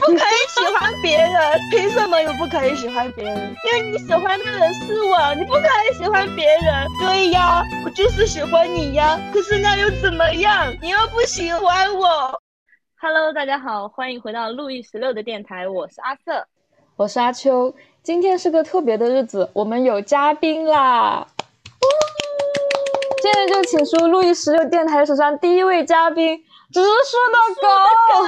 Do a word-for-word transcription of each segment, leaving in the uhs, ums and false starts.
不可以喜欢别人，凭什么又不可以喜欢别人？因为你喜欢的人是我，你不可以喜欢别人。对呀，我就是喜欢你呀，可是那又怎么样？你又不喜欢我。 Hello， 大家好，欢迎回到路易十六的电台，我是阿瑟， 我是阿秋。今天是个特别的日子，我们有嘉宾啦！现在就请出路易十六电台史上第一位嘉宾，植树的狗。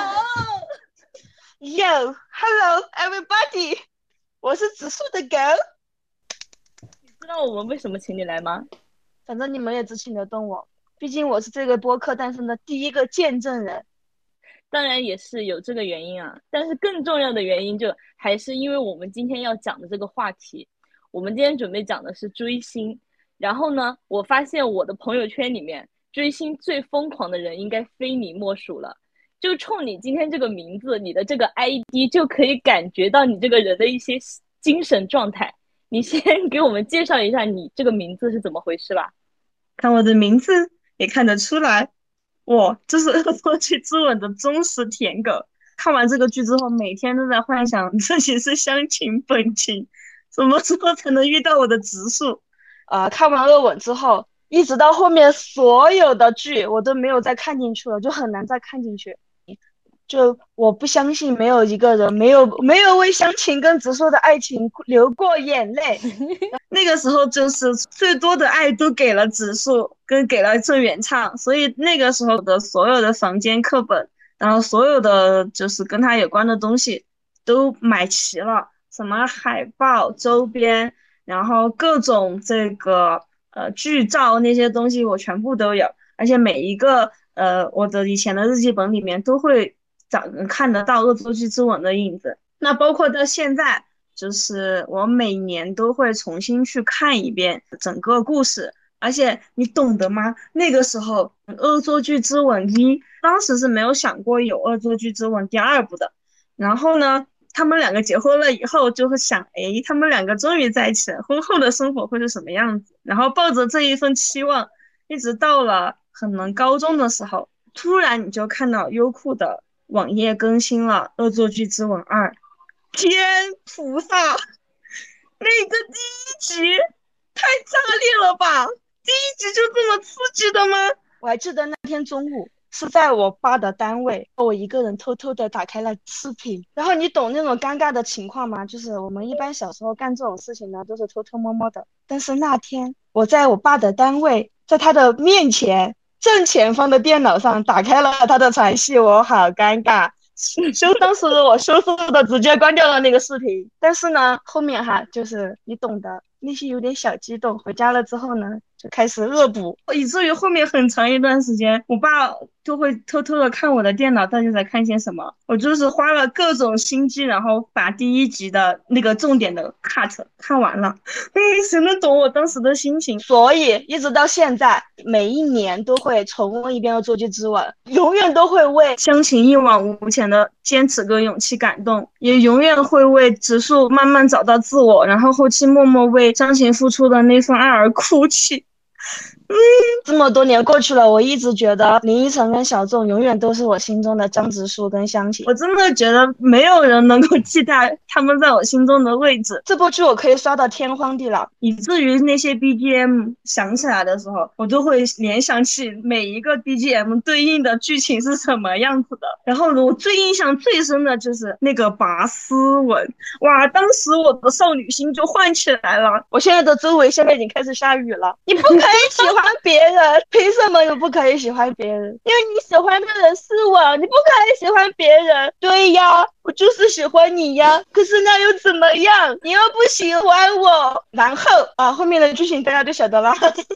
Yo, hello everybody， 我是植树的狗。 你知道我们为什么请你来吗？ 反正你们也只请得动我，毕竟我是这个播客诞生的第一个见证人。 当然也是有这个原因啊，但是更重要的原因就还是因为我们今天要讲的这个话题。我们今天准备讲的是追星，然后呢，我发现我的朋友圈里面追星最疯狂的人应该非你莫属了。就冲你今天这个名字，你的这个 I D 就可以感觉到你这个人的一些精神状态。你先给我们介绍一下你这个名字是怎么回事吧。 看我的名字也看得出来，我就是恶作剧之吻的忠实舔狗。看完这个剧之后，每天都在幻想自己是乡情本情，什么时候才能遇到我的植树？ 呃，看完恶吻之后，一直到后面所有的剧我都没有再看进去了，就很难再看进去。就我不相信没有一个人没有没有为乡情跟植树的爱情流过眼泪。 那个时候就是最多的爱都给了植树跟给了郑元畅，所以那个时候的所有的房间课本，然后所有的就是跟他有关的东西都买齐了，什么海报、周边，然后各种这个呃剧照那些东西我全部都有，而且每一个呃我的以前的日记本里面都会找能看得到恶作剧之吻的影子。那包括到现在，就是我每年都会重新去看一遍整个故事，而且你懂得吗？那个时候恶作剧之吻一当时是没有想过有恶作剧之吻第二部的，然后呢他们两个结婚了以后就会想，诶，他们两个终于在一起了，婚后的生活会是什么样子，然后抱着这一份期望一直到了可能高中的时候，突然你就看到优酷的网页更新了恶作剧之吻二。天菩萨，那个第一集太炸裂了吧，第一集就这么刺激的吗？ 我还记得那天中午是在我爸的单位，我一个人偷偷的打开了视频，然后你懂那种尴尬的情况吗？就是我们一般小时候干这种事情呢都是偷偷摸摸的，但是那天我在我爸的单位，在他的面前正前方的电脑上打开了他的传戏，我好尴尬。羞当时我羞涩的直接关掉了那个视频，但是呢后面哈就是你懂的，内心有点小激动。回家了之后呢就开始恶补， 以至于后面很长一段时间我爸就会偷偷的看我的电脑到底在看些什么，我就是花了各种心机，然后把第一集的那个重点的 cut 看完了。嗯，谁能懂我当时的心情？ 所以一直到现在每一年都会重温一遍恶作剧之吻，永远都会为乡情一往无前的坚持跟勇气感动，也永远会为植树慢慢找到自我，然后后期默默为乡情付出的那份爱而哭泣。 嗯，这么多年过去了，我一直觉得林依晨跟小众永远都是我心中的张植树跟湘琴。 我真的觉得没有人能够替代他们在我心中的位置。 这部剧我可以刷到天荒地老， 以至于那些 B G M 响起来的时候，我都会联想起每一个 B G M 对应的剧情是什么样子的。然后我最印象最深的就是那个拔丝吻，哇，当时我的少女心就唤起来了。 我现在的周围现在已经开始下雨了。你不可以喜欢别人，凭什么又不可以喜欢别人？因为你喜欢的人是我，你不可以喜欢别人。对呀，我就是喜欢你呀，可是那又怎么样？你又不喜欢我。然后啊，后面的剧情大家就晓得了。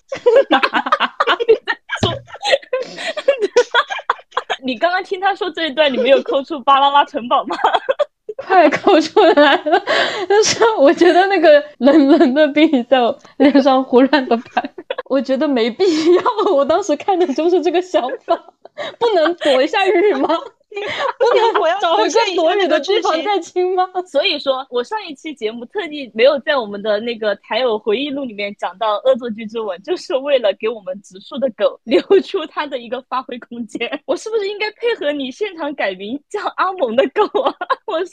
你刚刚听他说这一段，你没有抠出巴啦啦城堡吗？ 快抠出来了，但是我觉得那个冷冷的冰在我脸上胡乱的拍，我觉得没必要。我当时看的就是这个想法，不能躲一下雨吗？不能找一个躲雨的地方再亲吗？ 所以说我上一期节目特地没有在我们的那个台友回忆录里面讲到恶作剧之吻，就是为了给我们植树的狗留出它的一个发挥空间。我是不是应该配合你现场改名叫阿蒙的狗啊？我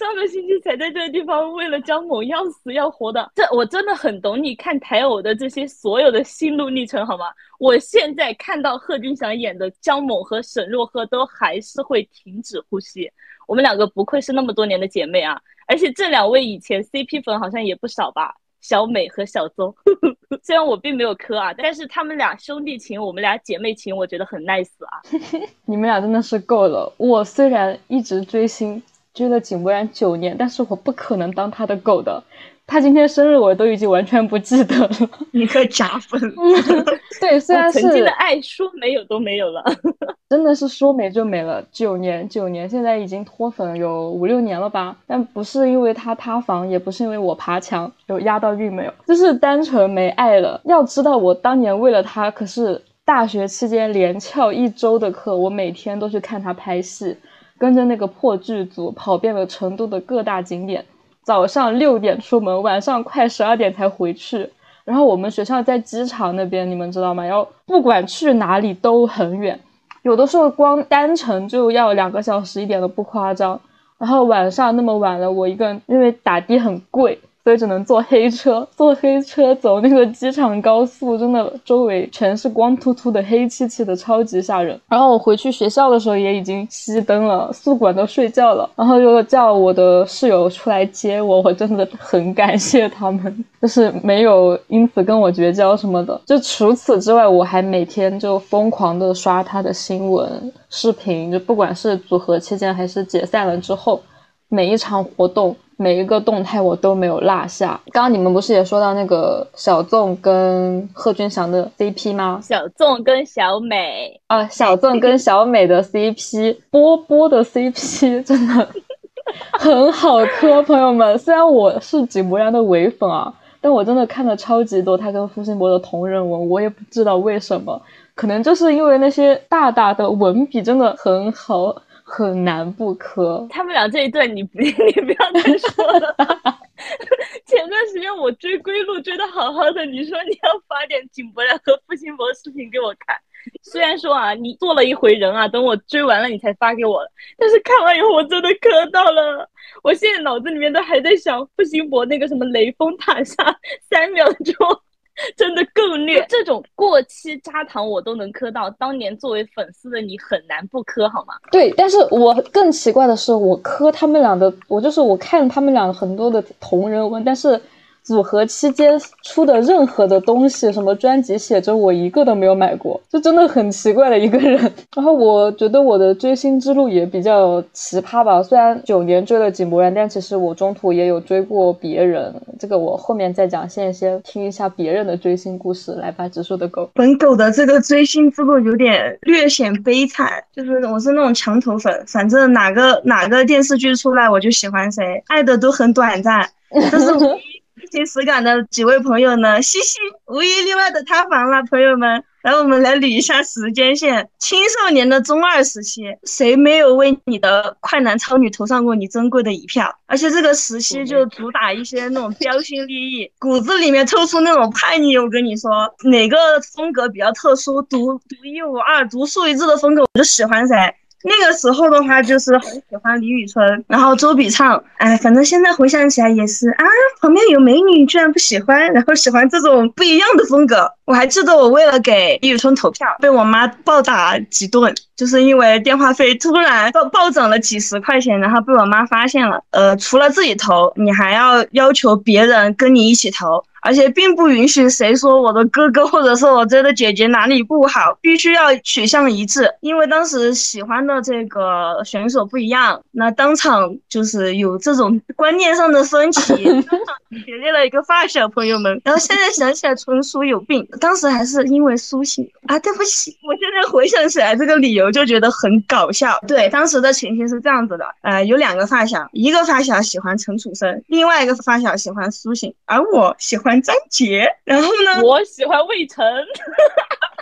上个星期才在这个地方为了姜某要死要活的，这我真的很懂你看台偶的这些所有的心路历程好吗？我现在看到贺军翔演的姜某和沈若鹤都还是会停止呼吸，我们两个不愧是那么多年的姐妹啊！而且这两位以前 C P 粉好像也不少吧，小美和小邹。虽然我并没有磕啊，但是他们俩兄弟情，我们俩姐妹情，我觉得很 nice 啊。 你们俩真的是够了。我虽然一直追星，追了井柏然九年，但是我不可能当他的狗的。他今天生日我都已经完全不记得了。 你个假粉。 对，虽然是曾经的爱说没有都没有了。 真的是说没就没了。九年九年现在已经脱粉有五六年了吧，但不是因为他塌房，也不是因为我爬墙有压到运没有，就是单纯没爱了。要知道我当年为了他可是大学期间连翘一周的课，我每天都去看他拍戏，跟着那个破剧组跑遍了成都的各大景点，早上六点出门，晚上快十二点才回去。然后我们学校在机场那边，你们知道吗？然后不管去哪里都很远，有的时候光单程就要两个小时，一点都不夸张。然后晚上那么晚了，我一个人因为打的很贵，所以只能坐黑车，坐黑车走那个机场高速，真的周围全是光秃秃的黑漆漆的，超级吓人。然后我回去学校的时候也已经熄灯了，宿管都睡觉了，然后又叫我的室友出来接我，我真的很感谢他们，就是没有因此跟我绝交什么的。就除此之外，我还每天就疯狂的刷他的新闻视频，就不管是组合期间还是解散了之后，每一场活动每一个动态我都没有落下。刚刚你们不是也说到那个小纵跟贺军翔的 C P 吗？ 小纵跟小美啊，小纵跟小美的 C P 波波的 C P 真的很好磕，朋友们。虽然我是井柏然的伪粉啊，但我真的看了超级多他跟付辛博的同人文，我也不知道为什么，可能就是因为那些大大的文笔真的很好，很难不磕。 他们俩这一段你不你不要再说了。前段时间我追归路追得好好的，你说你要发点井柏然和付辛博视频给我看，虽然说啊你做了一回人啊，等我追完了你才发给我了，但是看完以后我真的磕到了。我现在脑子里面都还在想付辛博那个什么雷峰塔下三秒钟真的更虐，这种过期渣糖我都能磕到，当年作为粉丝的你很难不磕好吗？ 对，但是我更奇怪的是，我磕他们俩的，我就是我看他们俩很多的同人文，但是组合期间出的任何的东西，什么专辑写真，我一个都没有买过，就真的很奇怪的一个人。然后我觉得我的追星之路也比较奇葩吧，虽然九年追了井柏然，但其实我中途也有追过别人，这个我后面再讲，现在先听一下别人的追星故事。来吧，直树的狗。 本狗的这个追星之路有点略显悲惨，就是我是那种墙头粉，反正哪个哪个电视剧出来我就喜欢谁，爱的都很短暂。但是我真情实感的几位朋友呢，嘻嘻，无一例外的塌房了，朋友们。来，我们来捋一下时间线。青少年的中二时期，谁没有为你的快男超女投上过你珍贵的一票？而且这个时期就主打一些那种标新立异，骨子里面透出那种叛逆。我跟你说，哪个风格比较特殊，独独一无二、独树一帜的风格，我就喜欢谁。那个时候的话，就是很喜欢李宇春，然后周笔畅。哎，反正现在回想起来也是啊，旁边有美女居然不喜欢，然后喜欢这种不一样的风格。我还记得我为了给李宇春投票，被我妈暴打几顿，就是因为电话费突然暴暴涨了几十块钱，然后被我妈发现了。呃，除了自己投，你还要要求别人跟你一起投。而且并不允许谁说我的哥哥或者是我追的姐姐哪里不好，必须要取向一致。因为当时喜欢的这个选手不一样，那当场就是有这种观念上的分歧，当场决裂了一个发小，朋友们。然后现在想起来纯属有病，当时还是因为苏醒啊，对不起，我现在回想起来这个理由就觉得很搞笑。对，当时的情形是这样子的，呃，有两个发小，一个发小喜欢陈楚生，另外一个发小喜欢苏醒，而我喜欢张杰。然后呢， 我喜欢魏晨。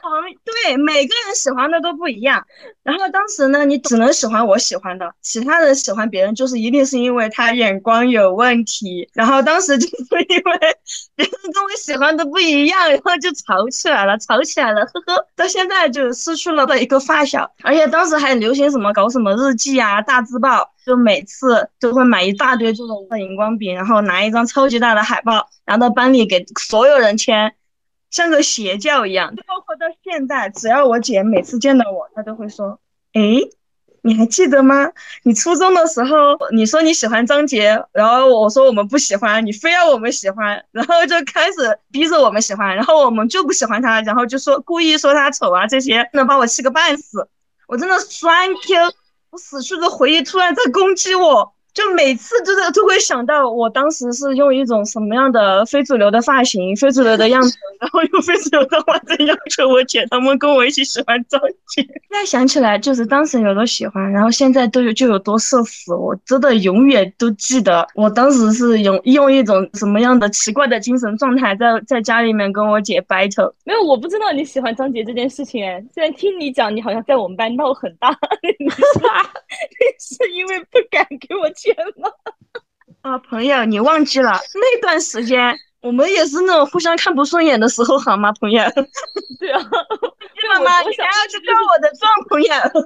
对，每个人喜欢的都不一样。然后当时呢，你只能喜欢我喜欢的，其他人喜欢别人，就是一定是因为他眼光有问题。然后当时就是因为别人跟我喜欢的不一样，然后就吵起来了，吵起来了，呵呵。到现在就失去了一个发小，而且当时还流行什么搞什么日记啊、大字报，就每次都会买一大堆这种荧光笔，然后拿一张超级大的海报，然后到班里给所有人签。像个邪教一样，包括到现在，只要我姐每次见到我，她都会说：“诶，你还记得吗？你初中的时候，你说你喜欢张杰，然后我说我们不喜欢，你非要我们喜欢，然后就开始逼着我们喜欢，然后我们就不喜欢他，然后就说故意说他丑啊，这些能把我气个半死。我真的酸 Q， 我死去的回忆突然在攻击我。”就每次真的都会想到我当时是用一种什么样的非主流的发型、非主流的样子，然后用非主流的话在要求我姐他们跟我一起喜欢张杰。现在想起来，就是当时有多喜欢，然后现在都有就有多社死。我真的永远都记得，我当时是用用一种什么样的奇怪的精神状态在在家里面跟我姐 battle。 没有，我不知道你喜欢张杰这件事情。哎，现在听你讲，你好像在我们班闹很大，你是你是因为不敢给我签吗？ 啊，朋友，你忘记了那段时间，我们也是那种互相看不顺眼的时候，好吗，朋友？ 对啊， 妈妈，你还要去看我的状，朋友。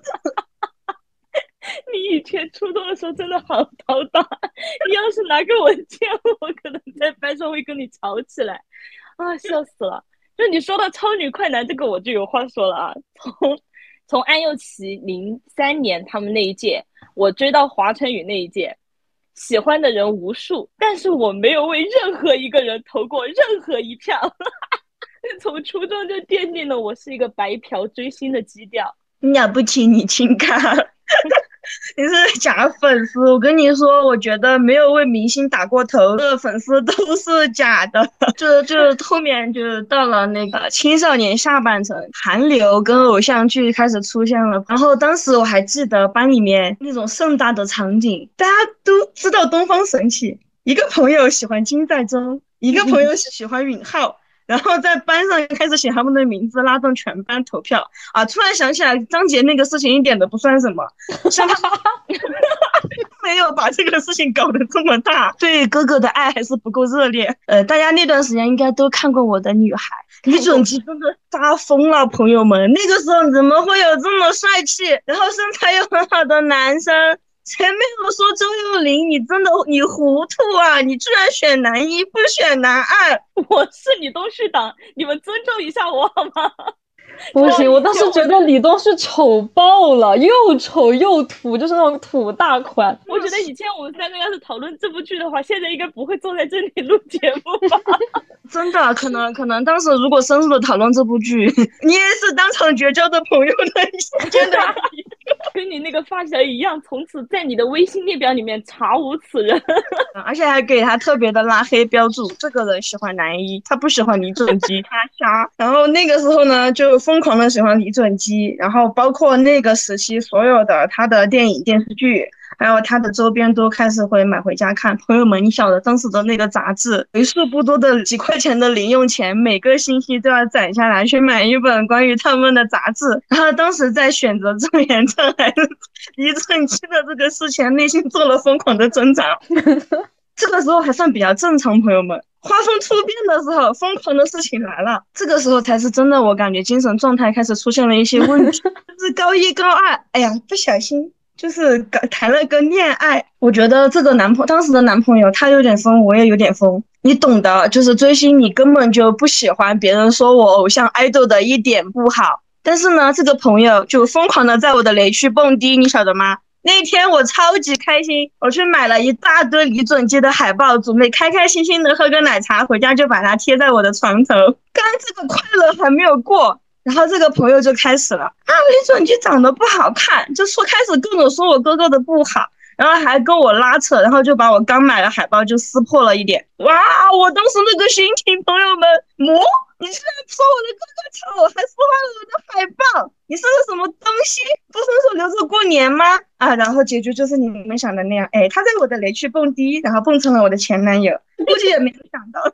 你以前初中的时候真的好淘大，你要是拿给我签，我可能在班上会跟你吵起来啊，笑死了。就你说到超女快男这个，我就有话说了啊。从从安又琪零三年他们那一届，我追到华晨宇那一届，喜欢的人无数，但是我没有为任何一个人投过任何一票。从初中就奠定了我是一个白嫖追星的基调。 了不起，你亲咖。你是假粉丝，我跟你说，我觉得没有为明星打过头的粉丝都是假的。就就后面就到了那个青少年下半程，韩流跟偶像剧开始出现了。然后当时我还记得班里面那种盛大的场景，大家都知道东方神起，一个朋友喜欢金在中，一个朋友喜欢允浩。然后在班上开始写他们的名字，拉动全班投票啊！突然想起来，张杰那个事情一点都不算什么，像他没有把这个事情搞得这么大，对哥哥的爱还是不够热烈。呃，大家那段时间应该都看过《我的女孩》，李准基真的杀疯了，朋友们！那个时候怎么会有这么帅气，然后身材又很好的男生？前面我说周佑林，你真的你糊涂啊！你居然选男一不选男二， 我是你东旭党，你们尊重一下我好吗？ 不行，我当时觉得李东旭丑爆了，又丑又土，就是那种土大款。 我觉得以前我们三个要是讨论这部剧的话，现在应该不会坐在这里录节目吧？ 真的，可能可能当时如果深入的讨论这部剧，你也是当场绝交的朋友的，真的。 跟你那个发小一样，从此在你的微信列表里面查无此人， 而且还给他特别的拉黑标注，这个人喜欢男一，他不喜欢李准基，他瞎。然后那个时候呢，就疯狂的喜欢李准基，然后包括那个时期所有的他的电影电视剧，还有他的周边都开始会买回家看。朋友们，你晓得当时的那个杂志，为数不多的几块钱的零用钱，每个星期都要攒下来去买一本关于他们的杂志。然后当时在选择郑元畅还是李准基的这个事情，内心做了疯狂的挣扎。这个时候还算比较正常，朋友们。画风突变的时候，疯狂的事情来了。这个时候才是真的，我感觉精神状态开始出现了一些问题。就是高一高二，哎呀，不小心就是谈了个恋爱。我觉得这个男朋当时的男朋友他有点疯，我也有点疯，你懂的。就是追星，你根本就不喜欢别人说我偶像 idol 的一点不好，但是呢，这个朋友就疯狂的在我的雷区蹦迪，你晓得吗？那天我超级开心，我去买了一大堆李准基的海报，准备开开心心的喝个奶茶，回家就把它贴在我的床头。刚这个快乐还没有过，然后这个朋友就开始了啊，李准基长得不好看，就说开始各种说我哥哥的不好，然后还跟我拉扯，然后就把我刚买的海报就撕破了一点。哇，我当时那个心情，朋友们，魔，你居然说我的哥哥丑，还撕坏了我的海报，你是个什么东西？不伸手留着过年吗？啊，然后结局就是你们想的那样，哎，他在我的雷区蹦迪，然后蹦成了我的前男友，估计也没有想到，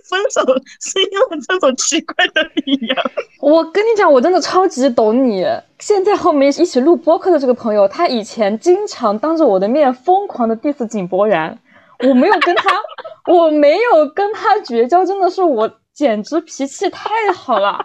分手是因为这种奇怪的理由。 我跟你讲，我真的超级懂你。现在和我们一起录播客的这个朋友，他以前经常当着我的面疯狂的 diss 井柏然，我没有跟他，我没有跟他绝交，真的是我简直脾气太好了。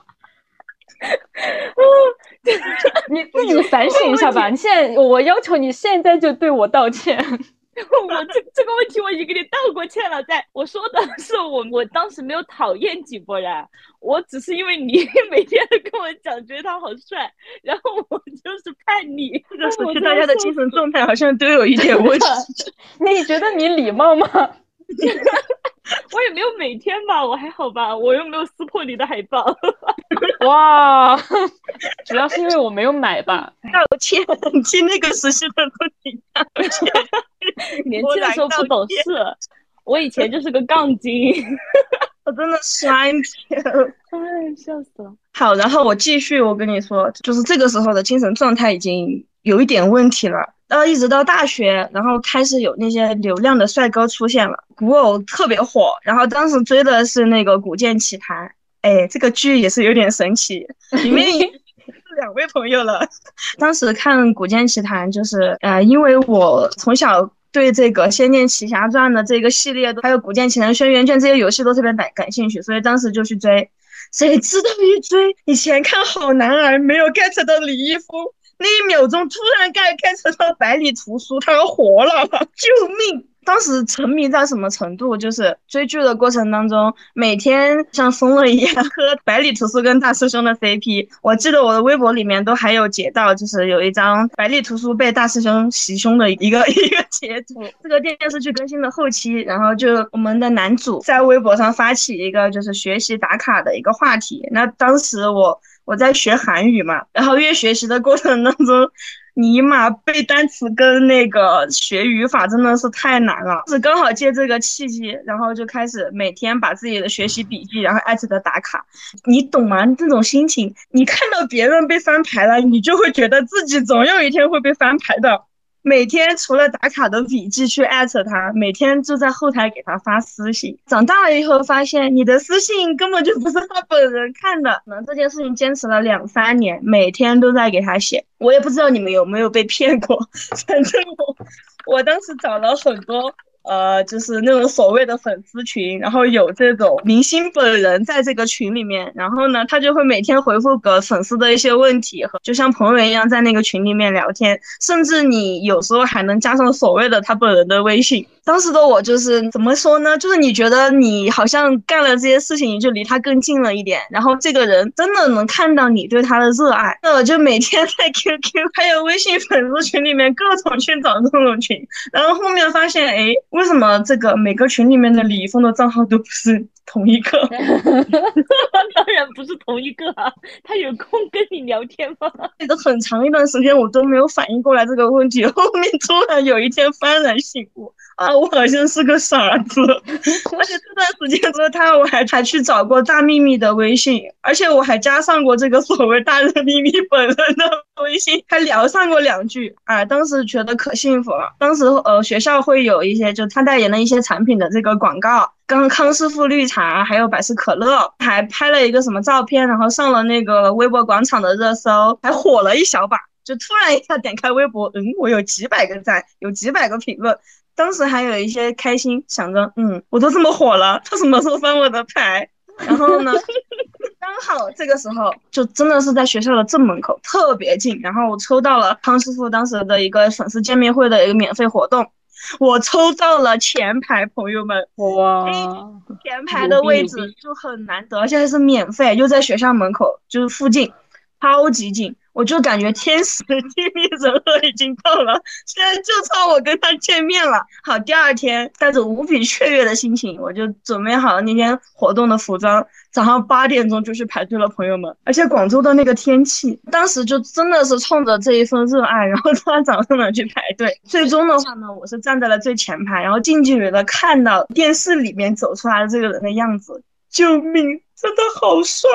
你自己反省一下吧。你现在，我要求你现在就对我道歉。 我这这个问题我已经给你道过歉了，在我说的是我我当时没有讨厌井柏然，我只是因为你每天都跟我讲觉得他好帅，然后我就是叛逆。 这个时期大家的精神状态好像都有一点问题。 你觉得你礼貌吗？ 我也没有每天吧，我还好吧，我又没有撕破你的海报。 哇，主要是因为我没有买吧。 道歉，替那个时期的自己道歉。 年轻的时候不懂事，我以前就是个杠精。 我真的酸甜， 哎，笑死了。 好，然后我继续，我跟你说，就是这个时候的精神状态已经有一点问题了。然后一直到大学，然后开始有那些流量的帅哥出现了，古偶特别火。然后当时追的是那个《古剑奇谭》，哎，这个剧也是有点神奇，里面已经是两位朋友了。当时看《古剑奇谭》，就是呃，因为我从小对这个《仙剑奇侠传》的这个系列，还有《古剑奇谭》轩辕卷这些游戏都特别感感兴趣，所以当时就去追。谁知道一追，以前看好男儿没有 get 到李易峰。那一秒钟突然盖开车到百里屠苏，他要活了，救命！当时沉迷到什么程度，就是追剧的过程当中，每天像疯了一样喝百里屠苏跟大师兄的 C P。我记得我的微博里面都还有截到，就是有一张百里屠苏被大师兄袭胸的一个一个截图。这个电视剧更新的后期，然后就我们的男主在微博上发起一个就是学习打卡的一个话题。那当时我我在学韩语嘛，然后越学习的过程当中，尼玛背单词跟那个学语法真的是太难了。是刚好借这个契机，然后就开始每天把自己的学习笔记，然后艾特的打卡。你懂吗？这种心情，你看到别人被翻牌了，你就会觉得自己总有一天会被翻牌的。每天除了打卡的笔记去艾特他，每天就在后台给他发私信。长大了以后发现，你的私信根本就不是他本人看的。那这件事情坚持了两三年，每天都在给他写。我也不知道你们有没有被骗过，反正我我当时找了很多。呃，就是那种所谓的粉丝群，然后有这种明星本人在这个群里面，然后呢，他就会每天回复个粉丝的一些问题，和就像朋友一样在那个群里面聊天，甚至你有时候还能加上所谓的他本人的微信。当时的我就是怎么说呢，就是你觉得你好像干了这些事情，你就离他更近了一点，然后这个人真的能看到你对他的热爱。那我就每天在 Q Q 还有微信粉丝群里面各种去找这种群，然后后面发现，哎，为什么这个每个群里面的李易峰的账号都不是同一个？ 当然不是同一个啊，他有空跟你聊天吗？ 这个很长一段时间我都没有反应过来这个问题，后面突然有一天幡然醒悟，啊，我好像是个傻子。而且这段时间除了他，我还还去找过大秘密的微信，而且我还加上过这个所谓大人秘密本人的微信，还聊上过两句。啊，当时觉得可幸福了。当时呃学校会有一些就他代言的一些产品的这个广告，刚康师傅绿茶还有百事可乐，还拍了一个什么照片，然后上了那个微博广场的热搜，还火了一小把。就突然一下点开微博，嗯，我有几百个赞，有几百个评论。当时还有一些开心，想着，嗯，我都这么火了，他什么时候翻我的牌？然后呢，刚好这个时候就真的是在学校的正门口，特别近。然后我抽到了康师傅当时的一个粉丝见面会的一个免费活动，我抽到了前排，朋友们， 哇， 前排的位置就很难得，而且还是免费，又在学校门口，就是附近，超级近。我就感觉天时地利人和已经到了，现在就差我跟他见面了。好，第二天带着无比雀跃的心情，我就准备好了那天活动的服装，早上八点钟就去排队了，朋友们。而且广州的那个天气，当时就真的是冲着这一份热爱，然后突然早上呢去排队。最终的话呢，我是站在了最前排，然后近距离的看到电视里面走出来的这个人的样子，救命，真的好帅！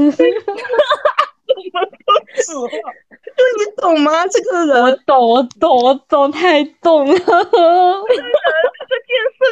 我们都死了，就你懂吗？这个人， 我懂，我懂，我懂，太懂了。这个电视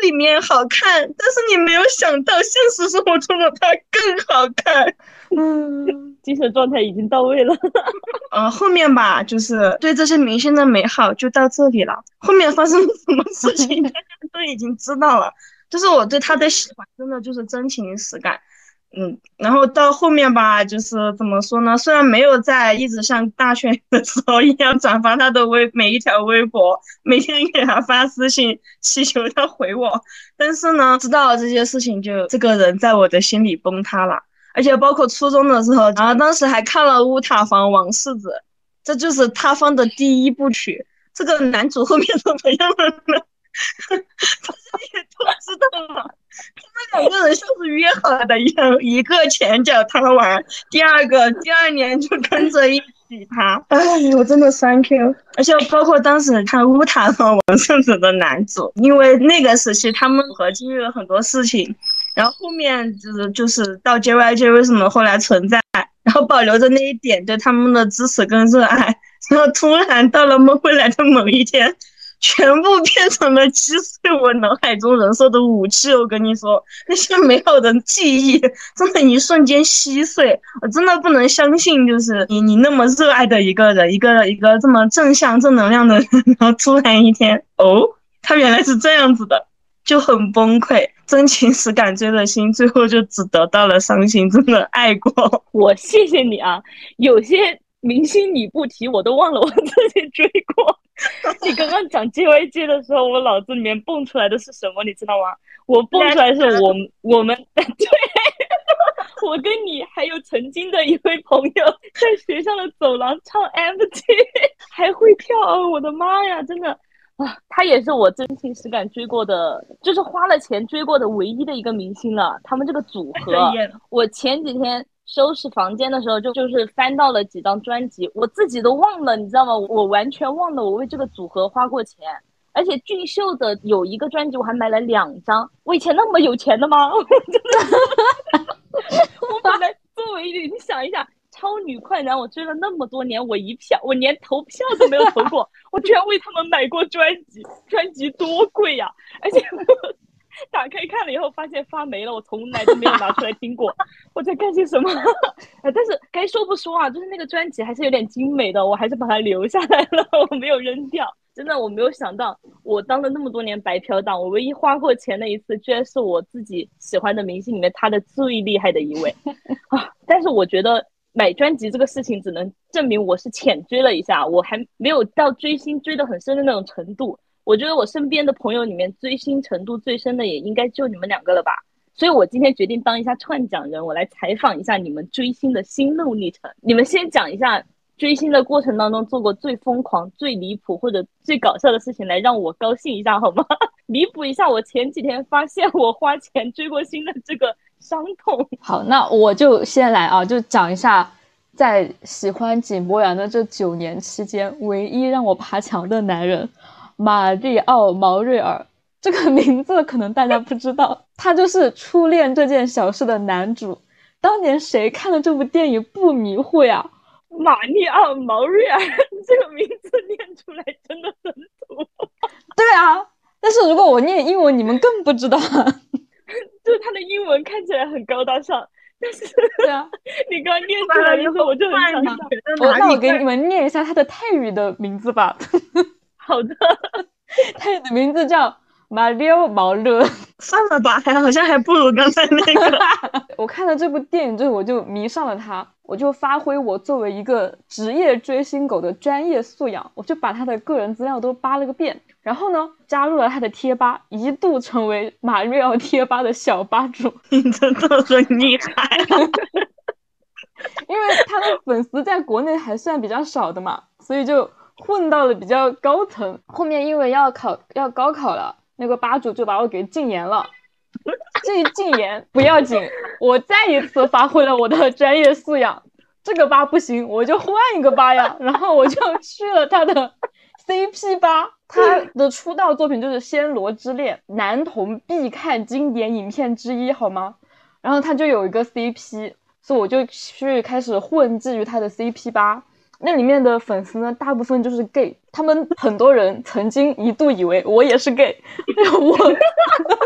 里面好看，但是你没有想到现实生活中的他更好看。 嗯，精神状态已经到位了。 呃，后面吧，就是对这些明星的美好就到这里了。后面发生了什么事情，大家都已经知道了。就是我对他的喜欢，真的就是真情实感。嗯，然后到后面吧，就是怎么说呢？虽然没有在一直像大学的时候一样转发他的微每一条微博，每天给他发私信，祈求他回我，但是呢，知道了这些事情就，这个人在我的心里崩塌了。而且包括初中的时候，然后当时还看了《乌塔房王世子》，这就是塌方的第一部曲。这个男主后面怎么样了呢？大家也都知道了，他们两个人像是约好的一样，一个前脚塌完，第二个第二年就跟着一起塌。哎，我真的 thank you。而且包括当时看乌塔房王世子的男主，因为那个时期他们和经历了很多事情。然后后面就是就是到 J Y J 为什么后来存在，然后保留着那一点对他们的支持跟热爱，然后突然到了未来的某一天，全部变成了击碎我脑海中人设的武器。我跟你说，那些美好的记忆真的一瞬间稀碎，我真的不能相信，就是你你那么热爱的一个人，一个一个这么正向正能量的人，然后突然一天，哦，他原来是这样子的。就很崩溃，真情实感追了星，最后就只得到了伤心。真的爱过我，谢谢你啊！有些明星你不提，我都忘了我自己追过。你刚刚讲 J Y J 的时候，我脑子里面蹦出来的是什么，你知道吗？我蹦出来是我我们对，我跟你还有曾经的一位朋友在学校的走廊唱 Empty， 还会跳，我的妈呀，真的。啊，他也是我真情实感追过的，就是花了钱追过的唯一的一个明星了。他们这个组合，我前几天收拾房间的时候就就是翻到了几张专辑，我自己都忘了，你知道吗？我完全忘了我为这个组合花过钱。而且俊秀的有一个专辑我还买了两张，我以前那么有钱的吗？真的，我本来作为你想一下。超女快男我追了那么多年，我一票我连投票都没有投过，我居然为他们买过专辑，专辑多贵呀！而且打开看了以后发现发霉了，我从来都没有拿出来听过，我在干些什么？但是该说不说啊，就是那个专辑还是有点精美的，我还是把它留下来了，我没有扔掉。真的，我没有想到，我当了那么多年白嫖党，我唯一花过钱的一次，居然是我自己喜欢的明星里面他的最厉害的一位啊！但是我觉得。买专辑这个事情只能证明我是浅追了一下，我还没有到追星追得很深的那种程度。我觉得我身边的朋友里面追星程度最深的也应该就你们两个了吧。所以我今天决定当一下串讲人，我来采访一下你们追星的心路历程。你们先讲一下追星的过程当中做过最疯狂、最离谱或者最搞笑的事情，来让我高兴一下好吗？弥补一下我前几天发现我花钱追过星的这个伤痛。 好，那我就先来啊，就讲一下在喜欢井柏然的这九年期间，唯一让我爬墙的男人马里奥·毛瑞尔。这个名字可能大家不知道，他就是《初恋这件小事》的男主。当年谁看了这部电影不迷糊呀？ 马里奥·毛瑞尔这个名字念出来真的很土。 对啊，但是如果我念英文，你们更不知道。 就是他的英文看起来很高大上，但是对啊， 你刚念出来的时候我就很想笑。 我那我给你们念一下他的泰语的名字吧。 好的， 泰语的名字叫马里奥·毛乐。 算了吧，还好像还不如刚才那个。 我看了这部电影之后，我就迷上了他，我就发挥我作为一个职业追星狗的专业素养，我就把他的个人资料都扒了个遍，然后呢，加入了他的贴吧，一度成为马里奥贴吧的小吧主。 你真的很厉害。 因为他的粉丝在国内还算比较少的嘛，所以就混到了比较高层。后面因为要考要高考了，那个吧主就把我给禁言了。这一禁言不要紧，我再一次发挥了我的专业素养。这个吧不行，我就换一个吧呀。然后我就去了他的 C P 吧。他的出道作品就是《暹罗之恋》，男童必看经典影片之一，好吗？然后他就有一个 C P， 所以我就去开始混迹于他的 C P 吧。那里面的粉丝呢，大部分就是 gay， 他们很多人曾经一度以为我也是 gay， 我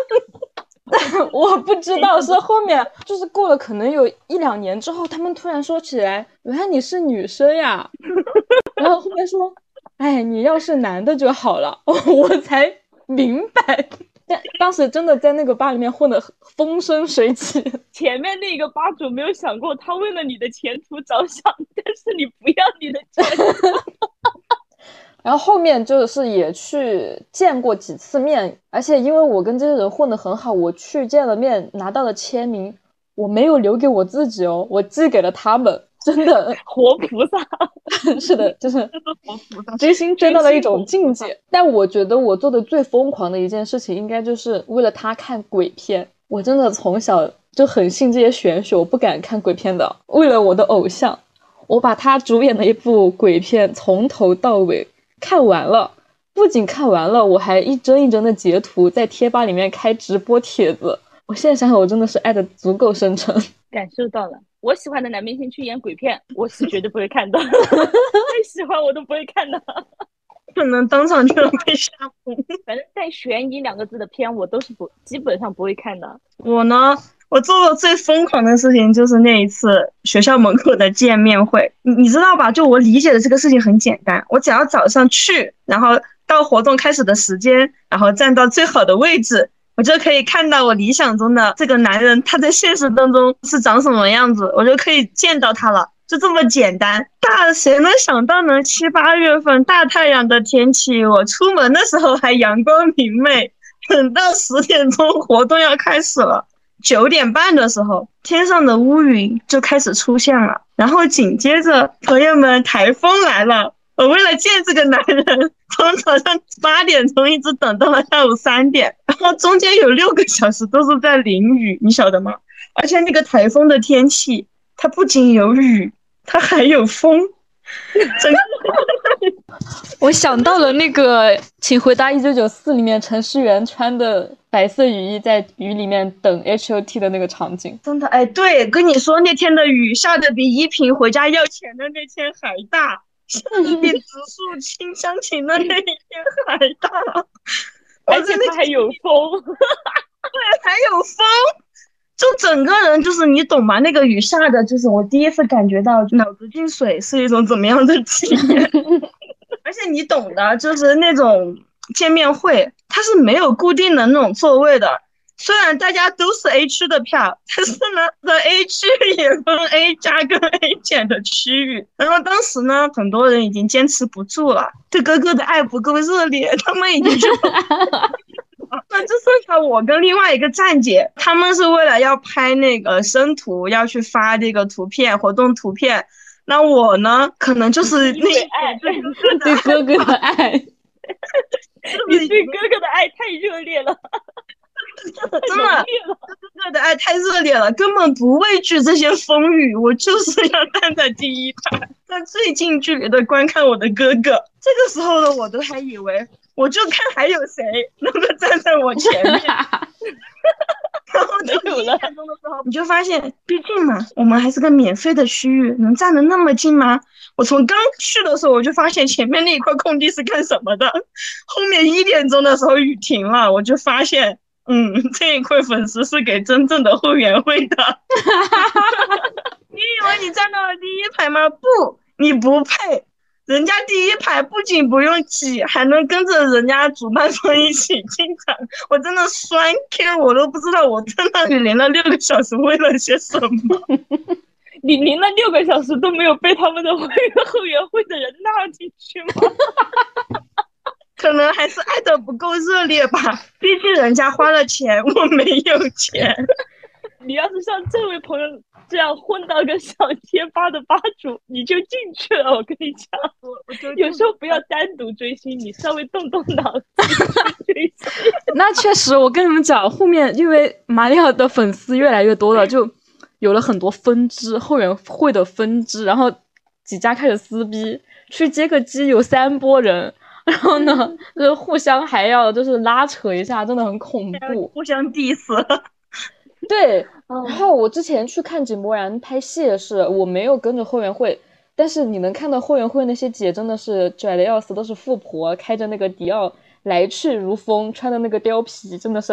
知道，是后面就是过了可能有一两年之后，他们突然说起来，原来你是女生呀，然后后面说，哎，你要是男的就好了，我才明白。但当时真的在那个吧里面混得风生水起， 前面那个吧主没有想过他为了你的前途着想，但是你不要你的前途。 然后后面就是也去见过几次面，而且因为我跟这些人混得很好，我去见了面拿到了签名，我没有留给我自己哦，我寄给了他们，真的活菩萨。 是的，就是追星追到了一种境界。但我觉得我做的最疯狂的一件事情，应该就是为了他看鬼片。我真的从小就很信这些玄学，我不敢看鬼片的。为了我的偶像，我把他主演的一部鬼片从头到尾看完了。不仅看完了，我还一帧一帧的截图，在贴吧里面开直播帖子。我现在想想，我真的是爱的足够深沉。 感受到了，我喜欢的男明星去演鬼片，我是绝对不会看的。再喜欢我都不会看的， 可能当场就能被吓疯。 反正带悬疑两个字的片，我都是不基本上不会看的。 我呢，我做过最疯狂的事情就是那一次学校门口的见面会，你你知道吧？就我理解的这个事情很简单，我只要早上去，然后到活动开始的时间，然后站到最好的位置，我就可以看到我理想中的这个男人他在现实当中是长什么样子，我就可以见到他了，就这么简单。大谁能想到呢？七八月份大太阳的天气，我出门的时候还阳光明媚，等到十点钟活动要开始了，九点半的时候天上的乌云就开始出现了，然后紧接着朋友们台风来了。我为了见这个男人，从早上八点钟一直等到了下午三点，然后中间有六个小时都是在淋雨，你晓得吗？而且那个台风的天气，它不仅有雨，它还有风。整个我想到了那个《请回答一九九四》里面陈思源穿的白色雨衣在雨里面等 H O T 的那个场景。 真的，哎，对，跟你说那天的雨下的比依萍回家要钱的那天还大。下的比植树清乡情的那一天还大， 而且它还有风。 对，还有风，就整个人就是你懂吗？那个雨下的，就是我第一次感觉到脑子进水是一种怎么样的体验。而且你懂的，就是那种见面会，它是没有固定的那种座位的。虽然大家都是 A 区的票，但是呢，在 A 区也分 A 加跟 A 减的区域。然后当时呢，很多人已经坚持不住了，对哥哥的爱不够热烈，他们已经去那就剩下我跟另外一个站姐，他们是为了要拍那个生图，要去发这个图片活动图片。那我呢，可能就是那对哥哥的爱， 你对哥哥的爱太热烈了。 真的，哥哥的爱太热烈了，根本不畏惧这些风雨，我就是要站在第一排，在最近距离的观看我的哥哥。这个时候的我都还以为，我就看还有谁能够站在我前面。然后就一点钟的时候，你就发现，毕竟嘛，我们还是个免费的区域，能站得那么近吗？我从刚去的时候，我就发现前面那一块空地是干什么的。后面一点钟的时候雨停了，我就发现。嗯，这一块粉丝是给真正的后援会的。你以为你站到了第一排吗？不，你不配。人家第一排不仅不用挤，还能跟着人家主办方一起进场。我真的酸 Q， 我都不知道我在那里淋了六个小时为了些什么。 你淋了六个小时都没有被他们的会员后援会的人纳进去吗？ 可能还是爱的不够热烈吧，毕竟人家花了钱，我没有钱。 你要是像这位朋友这样混到个小贴吧的吧主，你就进去了。我跟你讲，有时候不要单独追星，你稍微动动脑子追星。 那确实，我跟你们讲，后面因为马里奥的粉丝越来越多了，就有了很多分支，后援会的分支，然后几家开始撕逼，去接个机有三波人。然后呢，就是互相还要就是拉扯一下，真的很恐怖， 互相 diss。 对，然后我之前去看井柏然拍戏也是，我没有跟着后援会，但是你能看到后援会那些姐真的是拽的要死，都是富婆，开着那个迪奥来去如风，穿的那个貂皮，真的是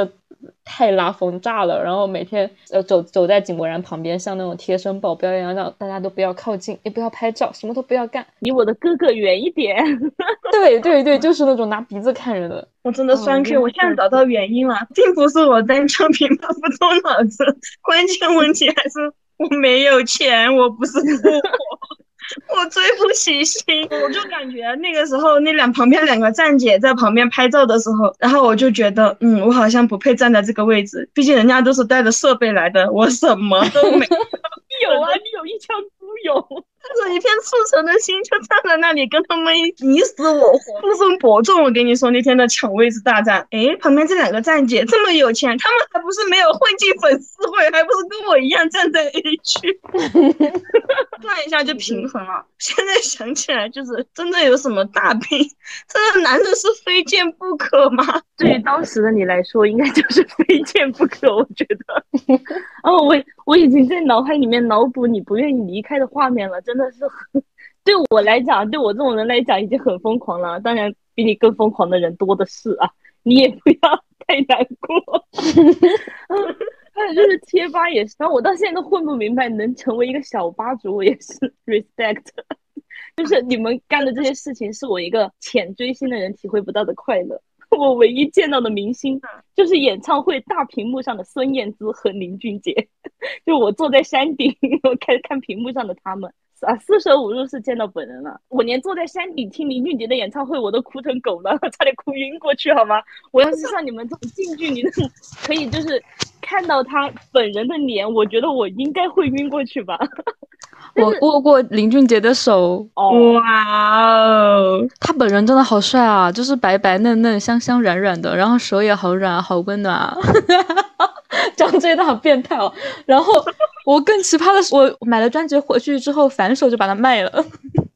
太拉风炸了，然后每天呃走走在井柏然旁边，像那种贴身保镖一样，让大家都不要靠近，也不要拍照，什么都不要干， 离我的哥哥远一点。 对对对，就是那种拿鼻子看人的。 我真的酸 Q，、哦、我现在找到原因了，并不是我单纯平白不动脑子，关键问题还是我没有钱，我不是富婆。我追不起星，我就感觉那个时候那两旁边两个站姐在旁边拍照的时候，然后我就觉得嗯我好像不配站在这个位置，毕竟人家都是带着设备来的，我什么都没有。 有啊，你有一腔孤勇， 带着一片赤诚的心就站在那里跟他们你死我活，不分伯仲。我跟你说那天的抢位置大战，诶，旁边这两个站姐这么有钱，他们还不是没有混进粉丝会，还不是跟我一样站在 A 区。转一下就平衡了。现在想起来就是真的有什么大病，这个男人是非见不可吗？ 对于当时的你来说应该就是非见不可，我觉得。哦，我我已经在脑海里面脑补你不愿意离开的画面了，真的是很对我来讲，对我这种人来讲已经很疯狂了，当然比你更疯狂的人多的是啊，你也不要太难过。还有就是贴吧也是，然后我到现在都混不明白，能成为一个小吧主，我也是 respect。就是你们干的这些事情，是我一个浅追星的人体会不到的快乐。我唯一见到的明星，就是演唱会大屏幕上的孙燕姿和林俊杰。就我坐在山顶，我看看屏幕上的他们。啊，四舍五入是见到本人了。我连坐在山顶听林俊杰的演唱会，我都哭成狗了，差点哭晕过去，好吗？我要是像你们这种近距离的，可以就是看到他本人的脸，我觉得我应该会晕过去吧。 我握过林俊杰的手， 哦、哇哦， 他本人真的好帅啊，就是白白嫩嫩、香香软软的，然后手也好软，好温暖啊。讲这一段好变态哦。然后我更奇葩的是，我买了专辑回去之后，反手就把它卖了。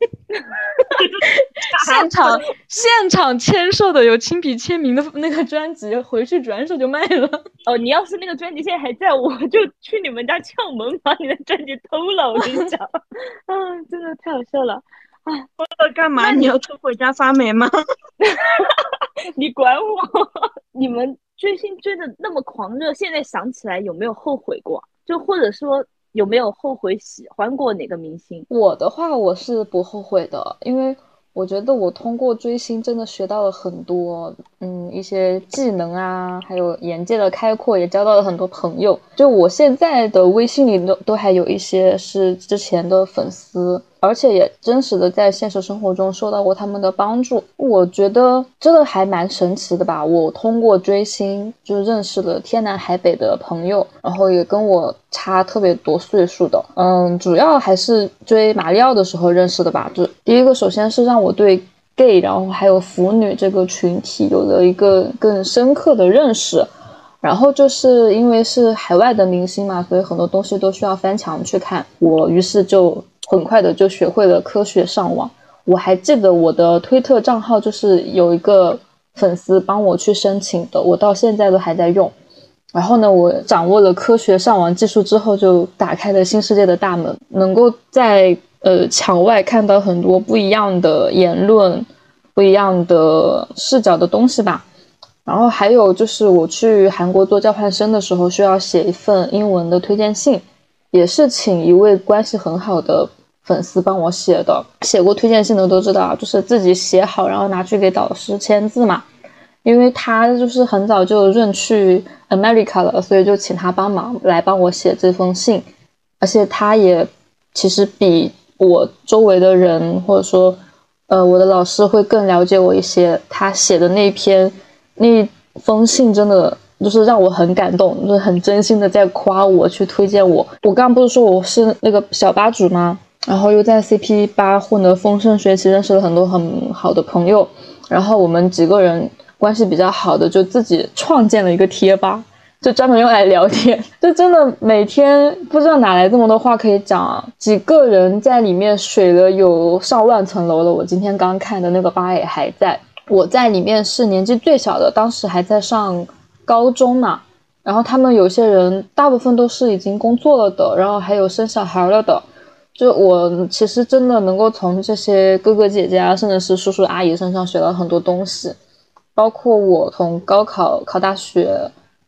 现场现场签售的有亲笔签名的那个专辑，回去转手就卖了。 哦，你要是那个专辑现在还在，我就去你们家撬门把你的专辑偷了。我跟你讲，啊，真的太好笑了。啊， 偷了干嘛？你要偷回家发霉吗？ 你管我？你们追星追的那么狂热，现在想起来有没有后悔过？就或者说有没有后悔喜欢过哪个明星？ 我的话我是不后悔的，因为我觉得我通过追星真的学到了很多，嗯，一些技能啊，还有眼界的开阔，也交到了很多朋友。就我现在的微信里都都还有一些是之前的粉丝，而且也真实的在现实生活中受到过他们的帮助。我觉得真的还蛮神奇的吧。我通过追星就认识了天南海北的朋友，然后也跟我差特别多岁数的，嗯，主要还是追马里奥的时候认识的吧。就第一个首先是让我对 gay 然后还有腐女这个群体有了一个更深刻的认识，然后就是因为是海外的明星嘛，所以很多东西都需要翻墙去看，我于是就很快的就学会了科学上网。我还记得我的推特账号就是有一个粉丝帮我去申请的，我到现在都还在用。然后呢，我掌握了科学上网技术之后，就打开了新世界的大门，能够在呃墙外看到很多不一样的言论，不一样的视角的东西吧。然后还有就是我去韩国做交换生的时候，需要写一份英文的推荐信，也是请一位关系很好的粉丝帮我写的。写过推荐信的都知道，就是自己写好然后拿去给导师签字嘛。因为他就是很早就润去 America 了，所以就请他帮忙来帮我写这封信。而且他也其实比我周围的人或者说呃我的老师会更了解我一些。他写的那篇那封信真的就是让我很感动，就是很真心的在夸我，去推荐我。我刚刚不是说我是那个小吧主吗？然后又在 C P 吧混得风生水起，认识了很多很好的朋友。然后我们几个人关系比较好的就自己创建了一个贴吧，就专门用来聊天。就真的每天不知道哪来这么多话可以讲啊！几个人在里面水了有上万层楼了，我今天刚看的那个吧也还在。我在里面是年纪最小的，当时还在上高中嘛。然后他们有些人大部分都是已经工作了的，然后还有生小孩了的。就我其实真的能够从这些哥哥姐姐啊，甚至是叔叔阿姨身上学到很多东西。包括我从高考考大学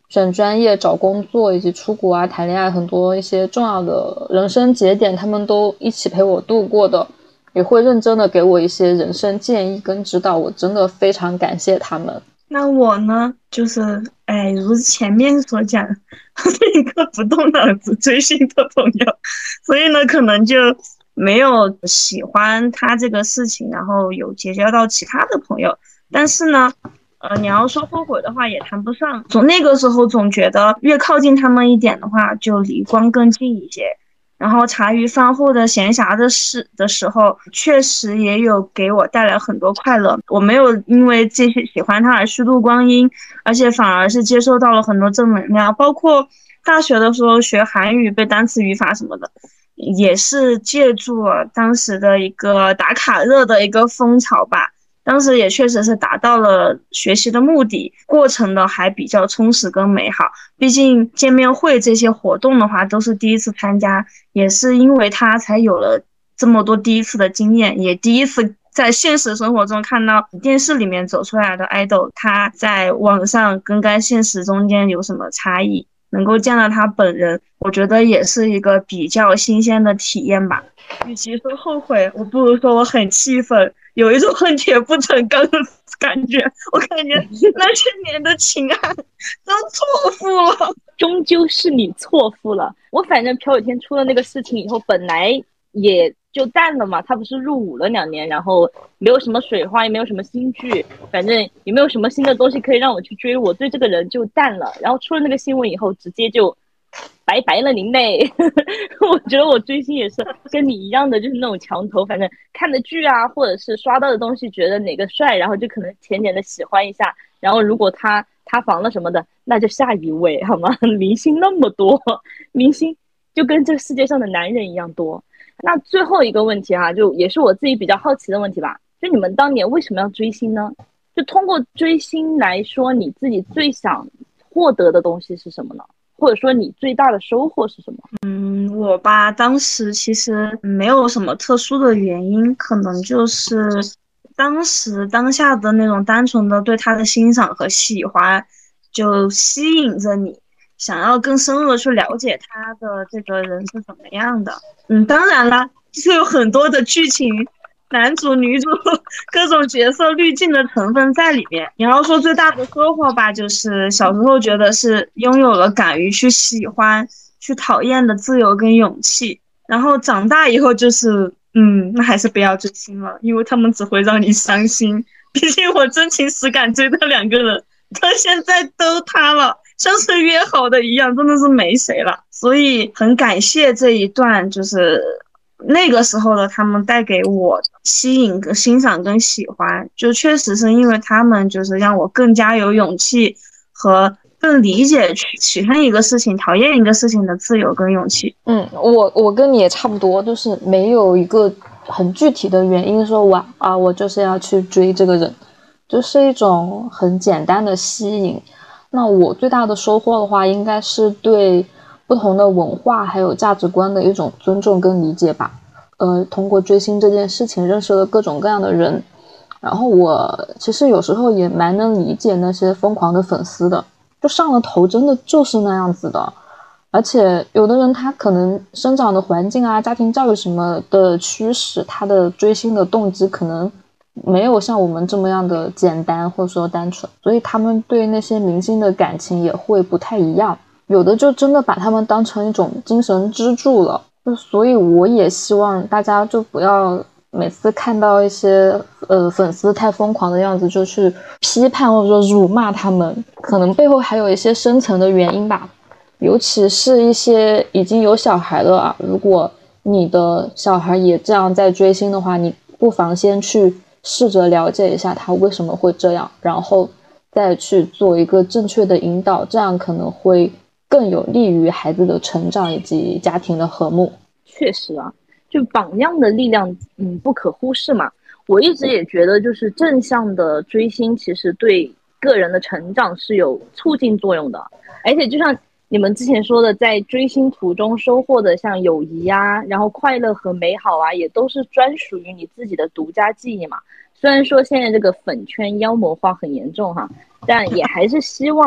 选专业、找工作以及出国啊、谈恋爱很多一些重要的人生节点，他们都一起陪我度过的，也会认真的给我一些人生建议跟指导，我真的非常感谢他们。 那我呢，就是哎，如前面所讲，是一个不动脑子追星的朋友，所以呢，可能就没有喜欢他这个事情，然后有结交到其他的朋友。但是呢，呃，你要说后悔的话也谈不上。从那个时候总觉得越靠近他们一点的话，就离光更近一些。然后茶余饭后的闲暇的事的时候，确实也有给我带来很多快乐。我没有因为这些喜欢他而虚度光阴，而且反而是接受到了很多正能量。包括大学的时候学韩语背单词语法什么的，也是借助了当时的一个打卡热的一个风潮吧。当时也确实是达到了学习的目的，过程呢还比较充实跟美好。毕竟见面会这些活动的话都是第一次参加，也是因为他才有了这么多第一次的经验，也第一次在现实生活中看到电视里面走出来的爱豆，他在网上跟在现实中间有什么差异，能够见到他本人，我觉得也是一个比较新鲜的体验吧。与其说后悔，我不如说我很气愤，有一种恨铁不成钢的感觉。我感觉那些年的情爱都错付了， 终究是你错付了。我反正朴有天出了那个事情以后，本来也就淡了嘛，他不是入伍了两年，然后没有什么水花，也没有什么新剧，反正也没有什么新的东西可以让我去追，我对这个人就淡了。然后出了那个新闻以后，直接就拜拜了您嘞。我觉得我追星也是跟你一样的，就是那种墙头，反正看的剧啊，或者是刷到的东西，觉得哪个帅，然后就可能浅浅的喜欢一下，然后如果他塌房了什么的，那就下一位好吗？明星那么多，明星就跟这个世界上的男人一样多。那最后一个问题哈、啊，就也是我自己比较好奇的问题吧，就你们当年为什么要追星呢？就通过追星来说，你自己最想获得的东西是什么呢？或者说你最大的收获是什么？ 嗯，我吧，当时其实没有什么特殊的原因，可能就是当时当下的那种单纯的对他的欣赏和喜欢，就吸引着你，想要更深入的去了解他的这个人是怎么样的。嗯，当然了，是有很多的剧情。男主女主各种角色滤镜的成分在里面。你要说最大的收获吧，就是小时候觉得是拥有了敢于去喜欢去讨厌的自由跟勇气，然后长大以后就是嗯那还是不要追星了，因为他们只会让你伤心。毕竟我真情实感追的两个人到现在都塌了，像是约好的一样，真的是没谁了。所以很感谢这一段就是那个时候的他们带给我吸引跟欣赏跟喜欢，就确实是因为他们就是让我更加有勇气和更理解去喜欢一个事情讨厌一个事情的自由跟勇气。 嗯，我我跟你也差不多，就是没有一个很具体的原因说我啊我就是要去追这个人，就是一种很简单的吸引。那我最大的收获的话，应该是对不同的文化还有价值观的一种尊重跟理解吧。呃，通过追星这件事情认识了各种各样的人，然后我其实有时候也蛮能理解那些疯狂的粉丝的，就上了头真的就是那样子的。而且有的人他可能生长的环境啊、家庭教育什么的驱使，他的追星的动机可能没有像我们这么样的简单或者说单纯，所以他们对那些明星的感情也会不太一样。有的就真的把他们当成一种精神支柱了，就所以我也希望大家就不要每次看到一些呃粉丝太疯狂的样子就去批判或者说辱骂他们，可能背后还有一些深层的原因吧。尤其是一些已经有小孩了啊，如果你的小孩也这样在追星的话，你不妨先去试着了解一下他为什么会这样，然后再去做一个正确的引导，这样可能会更有利于孩子的成长以及家庭的和睦。 确实啊，就榜样的力量嗯不可忽视嘛。我一直也觉得就是正向的追星其实对个人的成长是有促进作用的。而且就像你们之前说的，在追星途中收获的像友谊啊，然后快乐和美好啊，也都是专属于你自己的独家记忆嘛。虽然说现在这个粉圈妖魔化很严重哈，但也还是希望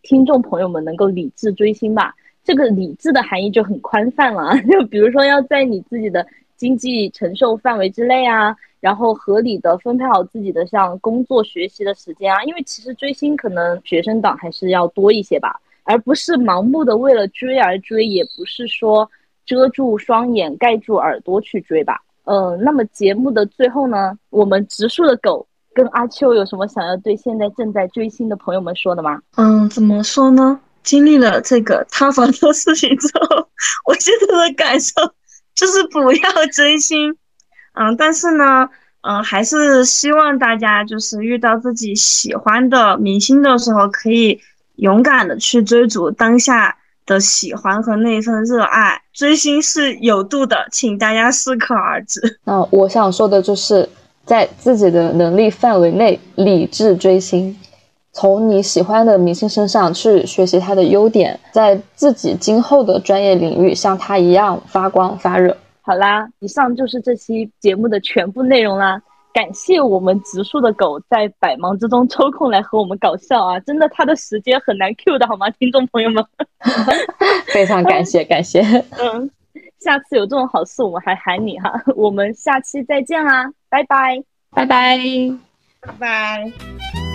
听众朋友们能够理智追星吧。这个理智的含义就很宽泛了，就比如说要在你自己的经济承受范围之内啊，然后合理的分配好自己的像工作学习的时间啊，因为其实追星可能学生党还是要多一些吧，而不是盲目的为了追而追，也不是说遮住双眼盖住耳朵去追吧。嗯、呃，那么节目的最后呢，我们植树的狗跟阿秋有什么想要对现在正在追星的朋友们说的吗？ 嗯，怎么说呢？经历了这个塌房的事情之后，我现在的感受就是不要追星。嗯，但是呢，嗯，还是希望大家就是遇到自己喜欢的明星的时候，可以勇敢的去追逐当下的喜欢和那份热爱。追星是有度的，请大家适可而止。 那我想说的就是在自己的能力范围内理智追星，从你喜欢的明星身上去学习他的优点，在自己今后的专业领域像他一样发光发热。 好啦，以上就是这期节目的全部内容啦。感谢我们植树的狗在百忙之中抽空来和我们搞笑啊，真的他的时间很难 Q 的好吗，听众朋友们？ 非常感谢感谢。 嗯，下次有这种好事我们还喊你哈。我们下期再见啦，拜拜， 拜拜， 拜拜。